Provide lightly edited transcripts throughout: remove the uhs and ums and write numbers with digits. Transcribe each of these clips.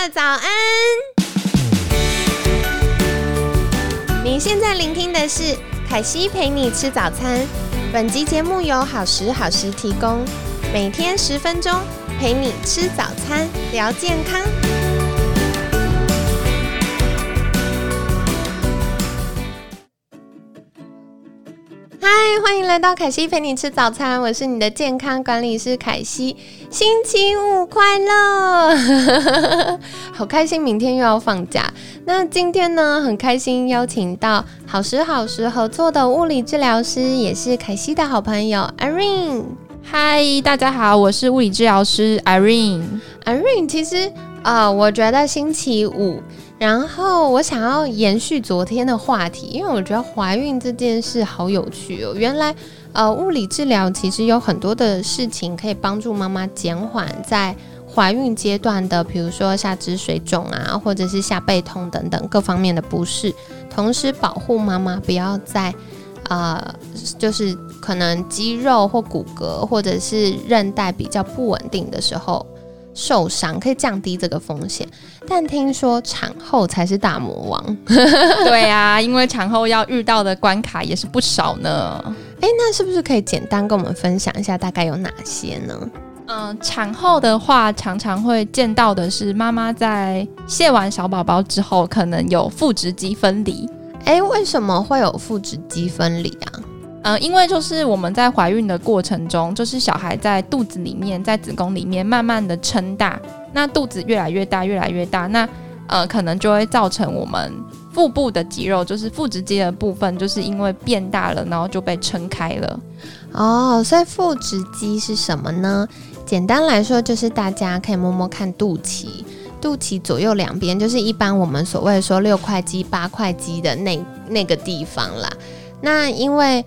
早安！你现在聆听的是凯西陪你吃早餐。本集节目由好时好时提供，每天10分钟陪你吃早餐，聊健康。欢迎来到凯西陪你吃早餐，我是你的健康管理师凯西。星期五快乐好开心，明天又要放假。那今天呢，很开心邀请到好时好时合作的物理治疗师，也是凯西的好朋友 Irene。 嗨，大家好，我是物理治疗师 Irene。 其实我觉得星期五，然后我想要延续昨天的话题，因为我觉得怀孕这件事好有趣哦。原来物理治疗其实有很多的事情可以帮助妈妈减缓在怀孕阶段的，比如说下肢水肿啊，或者是下背痛等等各方面的不适，同时保护妈妈不要在就是可能肌肉或骨骼或者是韧带比较不稳定的时候受伤，可以降低这个风险。但听说产后才是大魔王对啊，因为产后要遇到的关卡也是不少呢。 那是不是可以简单跟我们分享一下大概有哪些呢？ 产后的话常常会见到的是妈妈在卸完小宝宝之后可能有腹直肌分离。 为什么会有腹直肌分离啊？ 因为就是我们在怀孕的过程中，就是小孩在肚子里面，在子宫里面慢慢的撑大，那肚子越来越大越来越大，那可能就会造成我们腹部的肌肉，就是腹直肌的部分，就是因为变大了，然后就被撑开了。 所以腹直肌是什么呢？简单来说就是大家可以摸摸看肚脐左右两边，就是一般我们所谓说6块肌8块肌的那个地方啦。那因为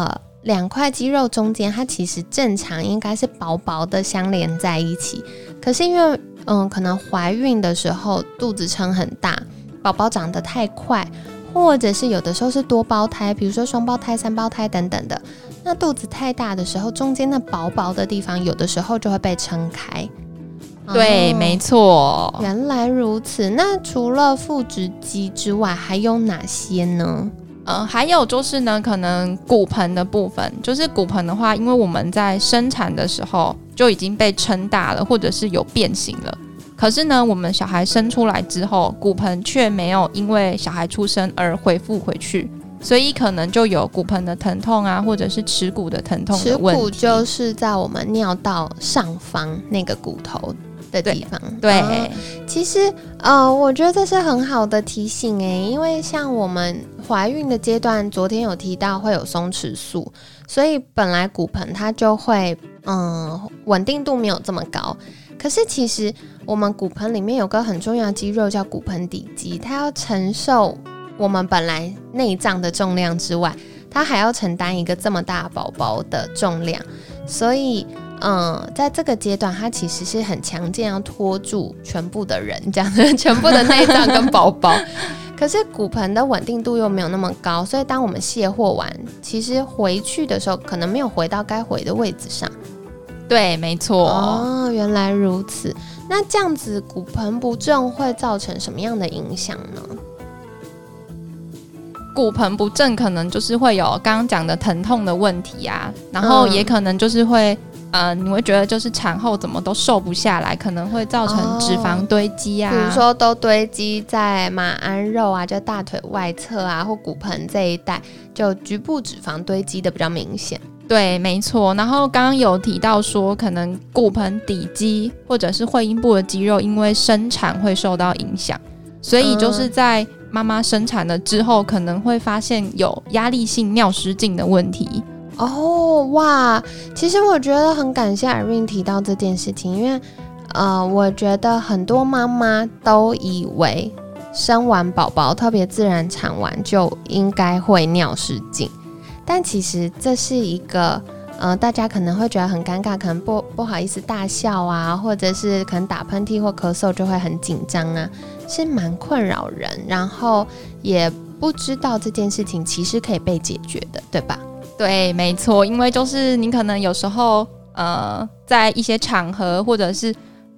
2块肌肉中间它其实正常应该是薄薄的相连在一起，可是因为可能怀孕的时候肚子撑很大，宝宝长得太快，或者是有的时候是多胞胎，比如说双胞胎3胞胎等等的，那肚子太大的时候，中间那薄薄的地方有的时候就会被撑开。 对，没错。 原来如此。那除了腹直肌之外还有哪些呢？ 还有就是呢，可能骨盆的部分，就是骨盆的话，因为我们在生产的时候就已经被撑大了，或者是有变形了。可是呢，我们小孩生出来之后，骨盆却没有因为小孩出生而恢复回去，所以可能就有骨盆的疼痛啊，或者是耻骨的疼痛的问题。 耻骨就是在我们尿道上方那个骨头的地方。 对， 其实我觉得这是很好的提醒因为像我们怀孕的阶段，昨天有提到会有松弛素，所以本来骨盆它就会稳定度没有这么高。可是其实我们骨盆里面有个很重要的肌肉叫骨盆底肌，它要承受我们本来内脏的重量之外，它还要承担一个这么大宝宝的重量，所以在这个阶段它其实是很强健，要拖住全部的人这样子，全部的内脏跟宝宝可是骨盆的稳定度又没有那么高，所以当我们卸货完，其实回去的时候可能没有回到该回的位置上。 对，没错。 原来如此。那这样子骨盆不正会造成什么样的影响呢？ 骨盆不正可能就是会有刚刚讲的疼痛的问题啊，然后也可能就是会你会觉得就是产后怎么都瘦不下来，可能会造成脂肪堆积啊， 比如说都堆积在马鞍肉啊，就大腿外侧啊，或骨盆这一带，就局部脂肪堆积的比较明显。 对，没错。然后刚刚有提到说可能骨盆底肌或者是会阴部的肌肉因为生产会受到影响，所以就是在妈妈生产了之后可能会发现有压力性尿失禁的问题。 哇，其实我觉得很感谢 Irene 提到这件事情，因为我觉得很多妈妈都以为生完宝宝特别自然产完就应该会尿失禁，但其实这是一个大家可能会觉得很尴尬，可能不好意思大笑啊，或者是可能打喷嚏或咳嗽就会很紧张啊，是蛮困扰人，然后也不知道这件事情其实可以被解决的，对吧？ 对，没错。因为就是你可能有时候在一些场合或者是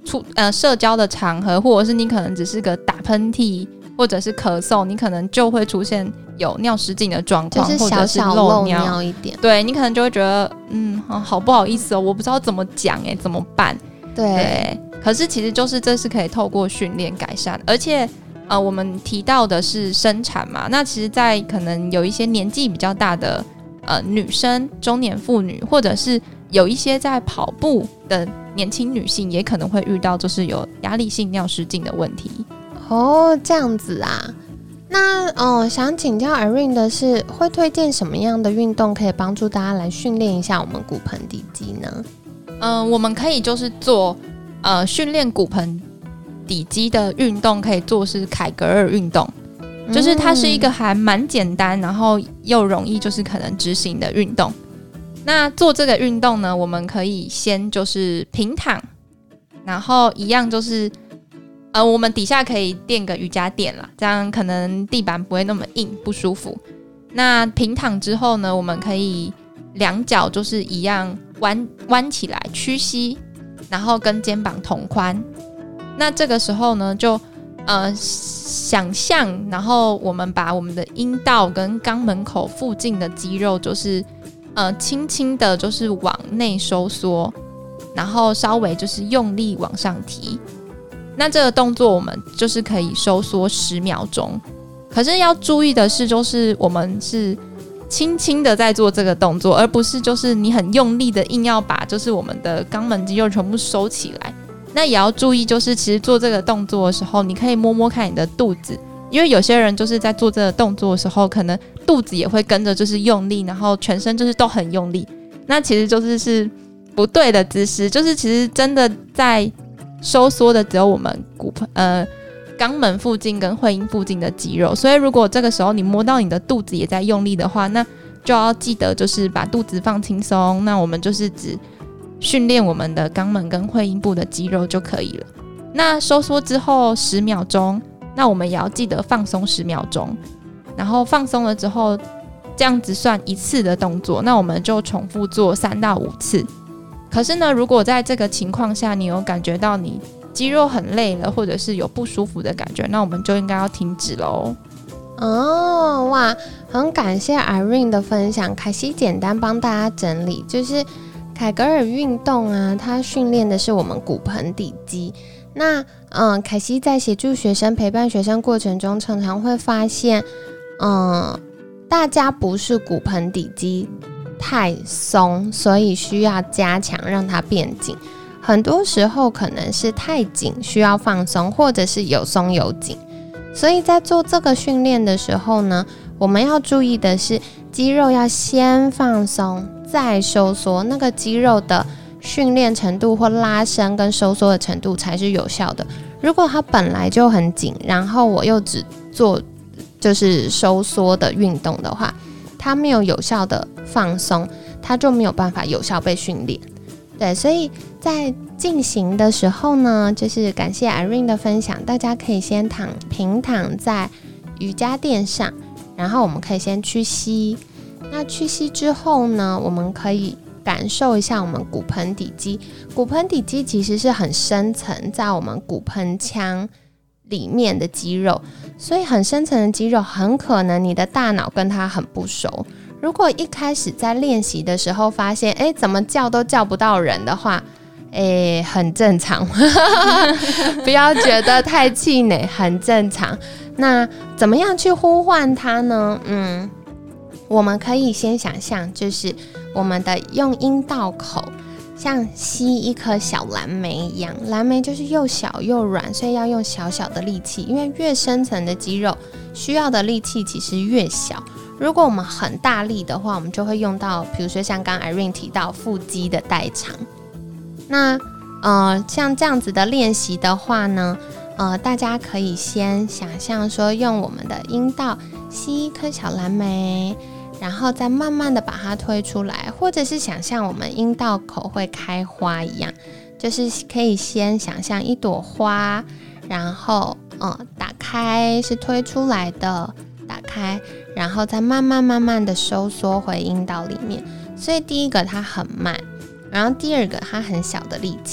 社交的场合，或者是你可能只是个打喷嚏或者是咳嗽，你可能就会出现有尿失禁的状况， 就是小小漏尿一点， 对，你可能就会觉得好不好意思哦，我不知道怎么讲怎么办？对，可是其实就是这是可以透过训练改善，而且我们提到的是生产嘛，那其实在可能有一些年纪比较大的女生、中年妇女，或者是有一些在跑步的年轻女性，也可能会遇到就是有压力性尿失禁的问题。 哦，这样子啊。那想请教 Irene 的是，会推荐什么样的运动可以帮助大家来训练一下我们骨盆底肌呢？ 我们可以就是做训练骨盆底肌的运动，可以做是凯格尔运动，就是它是一个还蛮简单，然后又容易就是可能执行的运动。那做这个运动呢，我们可以先就是平躺，然后一样就是我们底下可以垫个瑜伽垫啦，这样可能地板不会那么硬不舒服。那平躺之后呢，我们可以两脚就是一样弯起来屈膝，然后跟肩膀同宽。那这个时候呢，就想象，然后我们把我们的阴道跟肛门口附近的肌肉，就是轻轻的，就是往内收缩，然后稍微就是用力往上提。那这个动作我们就是可以收缩10秒钟。可是要注意的是，就是我们是轻轻的在做这个动作，而不是就是你很用力的硬要把就是我们的肛门肌肉全部收起来。那也要注意，就是其实做这个动作的时候，你可以摸摸看你的肚子，因为有些人就是在做这个动作的时候，可能肚子也会跟着就是用力，然后全身就是都很用力。那其实就是不对的姿势，就是其实真的在收缩的只有我们肛门附近跟会阴附近的肌肉，所以如果这个时候你摸到你的肚子也在用力的话，那就要记得就是把肚子放轻松。那我们就是只训练我们的肛门跟会阴部的肌肉就可以了。那收缩之后10秒钟，那我们也要记得放松10秒钟，然后放松了之后，这样子算一次的动作，那我们就重复做3到5次。可是呢，如果在这个情况下你有感觉到你肌肉很累了，或者是有不舒服的感觉，那我们就应该要停止咯。 哇，很感谢 Irene 的分享。凯西简单帮大家整理，就是凯格尔运动啊，它训练的是我们骨盆底肌。那凯西在协助学生陪伴学生过程中，常常会发现大家不是骨盆底肌太松，所以需要加强让它变紧，很多时候可能是太紧需要放松，或者是有松有紧。所以在做这个训练的时候呢，我们要注意的是肌肉要先放松再收缩，那个肌肉的训练程度或拉伸跟收缩的程度才是有效的。如果它本来就很紧，然后我又只做就是收缩的运动的话，它没有有效的放松，它就没有办法有效被训练。对，所以在进行的时候呢，就是感谢 Irene 的分享，大家可以先平躺在瑜伽垫上，然后我们可以先屈膝。那屈膝之后呢，我们可以感受一下我们骨盆底肌。骨盆底肌其实是很深层在我们骨盆腔里面的肌肉，所以很深层的肌肉很可能你的大脑跟它很不熟。如果一开始在练习的时候发现怎么叫都叫不到人的话，很正常不要觉得太气馁，很正常。那怎么样去呼唤它呢？我们可以先想象，就是我们的用阴道口像吸一颗小蓝莓一样，蓝莓就是又小又软，所以要用小小的力气，因为越深层的肌肉需要的力气其实越小。如果我们很大力的话，我们就会用到比如说像刚刚 Irene 提到腹肌的代偿。那像这样子的练习的话呢，大家可以先想象说用我们的阴道吸一颗小蓝莓，然后再慢慢的把它推出来，或者是想象我们阴道口会开花一样，就是可以先想象一朵花，然后打开是推出来的，打开，然后再慢慢的收缩回阴道里面。所以第一个它很慢，然后第二个它很小的力气。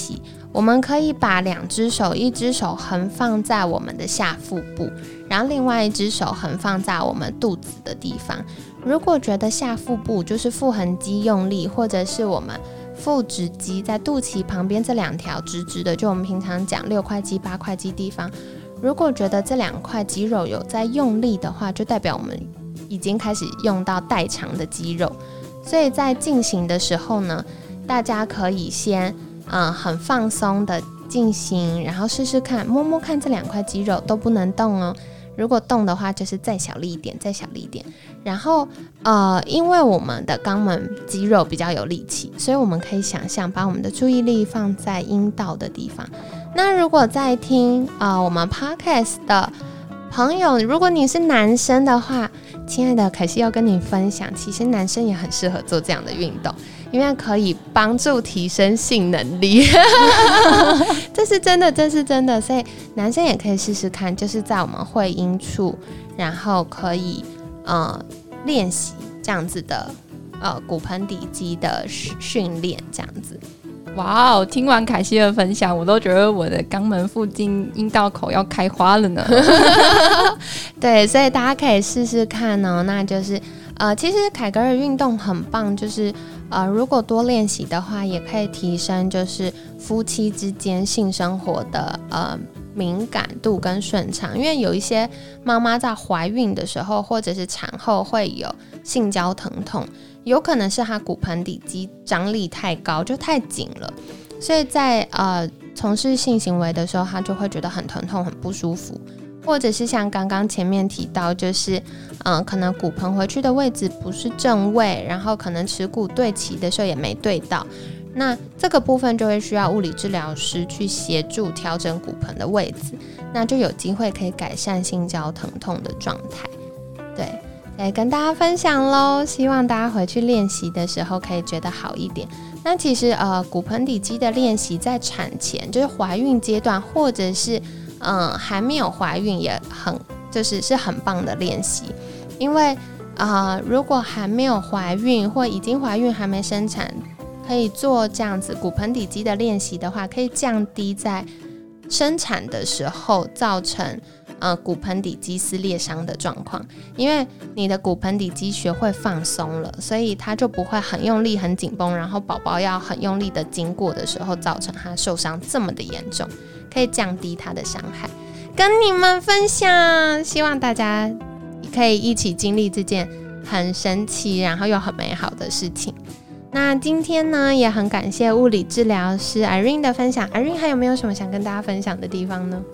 我们可以把2只手，一只手横放在我们的下腹部，然后另外一只手横放在我们肚子的地方。如果觉得下腹部就是腹横肌用力，或者是我们腹直肌在肚脐旁边这2条直直的，就我们平常讲6块肌、8块肌地方，如果觉得这2块肌肉有在用力的话，就代表我们已经开始用到代偿的肌肉。所以在进行的时候呢，大家可以先很放松的进行，然后试试看，摸摸看这2块肌肉都不能动哦。如果动的话，就是再小力一点，再小力一点。然后因为我们的肛门肌肉比较有力气，所以我们可以想象把我们的注意力放在阴道的地方。那如果在听我们 podcast 的朋友，如果你是男生的话，亲爱的，凯西要跟你分享，其实男生也很适合做这样的运动，因为可以帮助提升性能力。这是真的，这是真的，所以男生也可以试试看，就是在我们会阴处，然后可以练习这样子的骨盆底肌的训练，这样子。 哇哦！听完凯西的分享，我都觉得我的肛门附近阴道口要开花了呢。 对，所以大家可以试试看哦。那就是其实凯格尔运动很棒，就是如果多练习的话，也可以提升就是夫妻之间性生活的敏感度跟顺畅。因为有一些妈妈在怀孕的时候或者是产后会有性交疼痛，有可能是她骨盆底肌张力太高，就太紧了，所以在从事性行为的时候，她就会觉得很疼痛很不舒服。或者是像刚刚前面提到，就是可能骨盆回去的位置不是正位，然后可能耻骨对齐的时候也没对到，那这个部分就会需要物理治疗师去协助调整骨盆的位置，那就有机会可以改善性交疼痛的状态。对，来跟大家分享咯，希望大家回去练习的时候可以觉得好一点。那其实骨盆底肌的练习在产前，就是怀孕阶段，或者是还没有怀孕也是很棒的练习。因为如果还没有怀孕或已经怀孕还没生产，可以做这样子骨盆底肌的练习的话，可以降低在生产的时候造成骨盆底肌撕裂伤的状况。因为你的骨盆底肌学会放松了，所以它就不会很用力很紧绷，然后宝宝要很用力的经过的时候造成它受伤这么的严重，可以降低它的伤害，跟你们分享，希望大家可以一起经历这件很神奇然后又很美好的事情。那今天呢，也很感谢物理治疗师 Irene 的分享。 Irene 还有没有什么想跟大家分享的地方呢？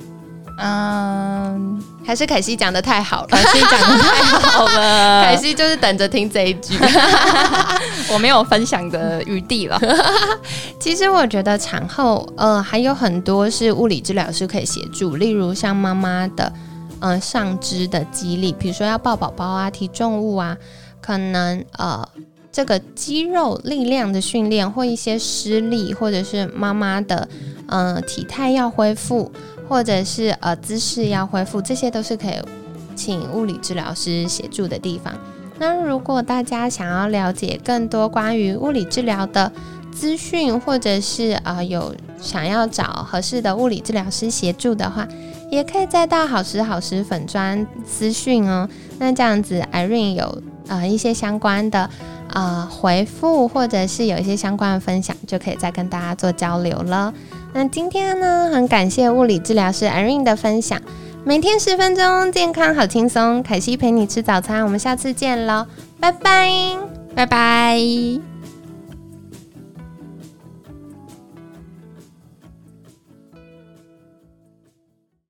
还是凯西讲的太好了， 凯西讲的太好了。 凯西就是等着听这一句。 我没有分享的余地了。 其实我觉得产后还有很多是物理治疗师可以协助，例如像妈妈的上肢的肌力，比如说要抱宝宝啊、提重物啊，可能这个肌肉力量的训练，或一些施力，或者是妈妈的体态要恢复，或者是姿势要恢复，这些都是可以请物理治疗师协助的地方。那如果大家想要了解更多关于物理治疗的资讯，或者是有想要找合适的物理治疗师协助的话，也可以再到好时粉专私讯哦。那这样子 Irene 有一些相关的回复，或者是有一些相关的分享，就可以再跟大家做交流了。那今天呢，很感谢物理治疗师 Irene 的分享。每天10分钟，健康好轻松，凯西陪你吃早餐，我们下次见咯，拜拜， 拜拜。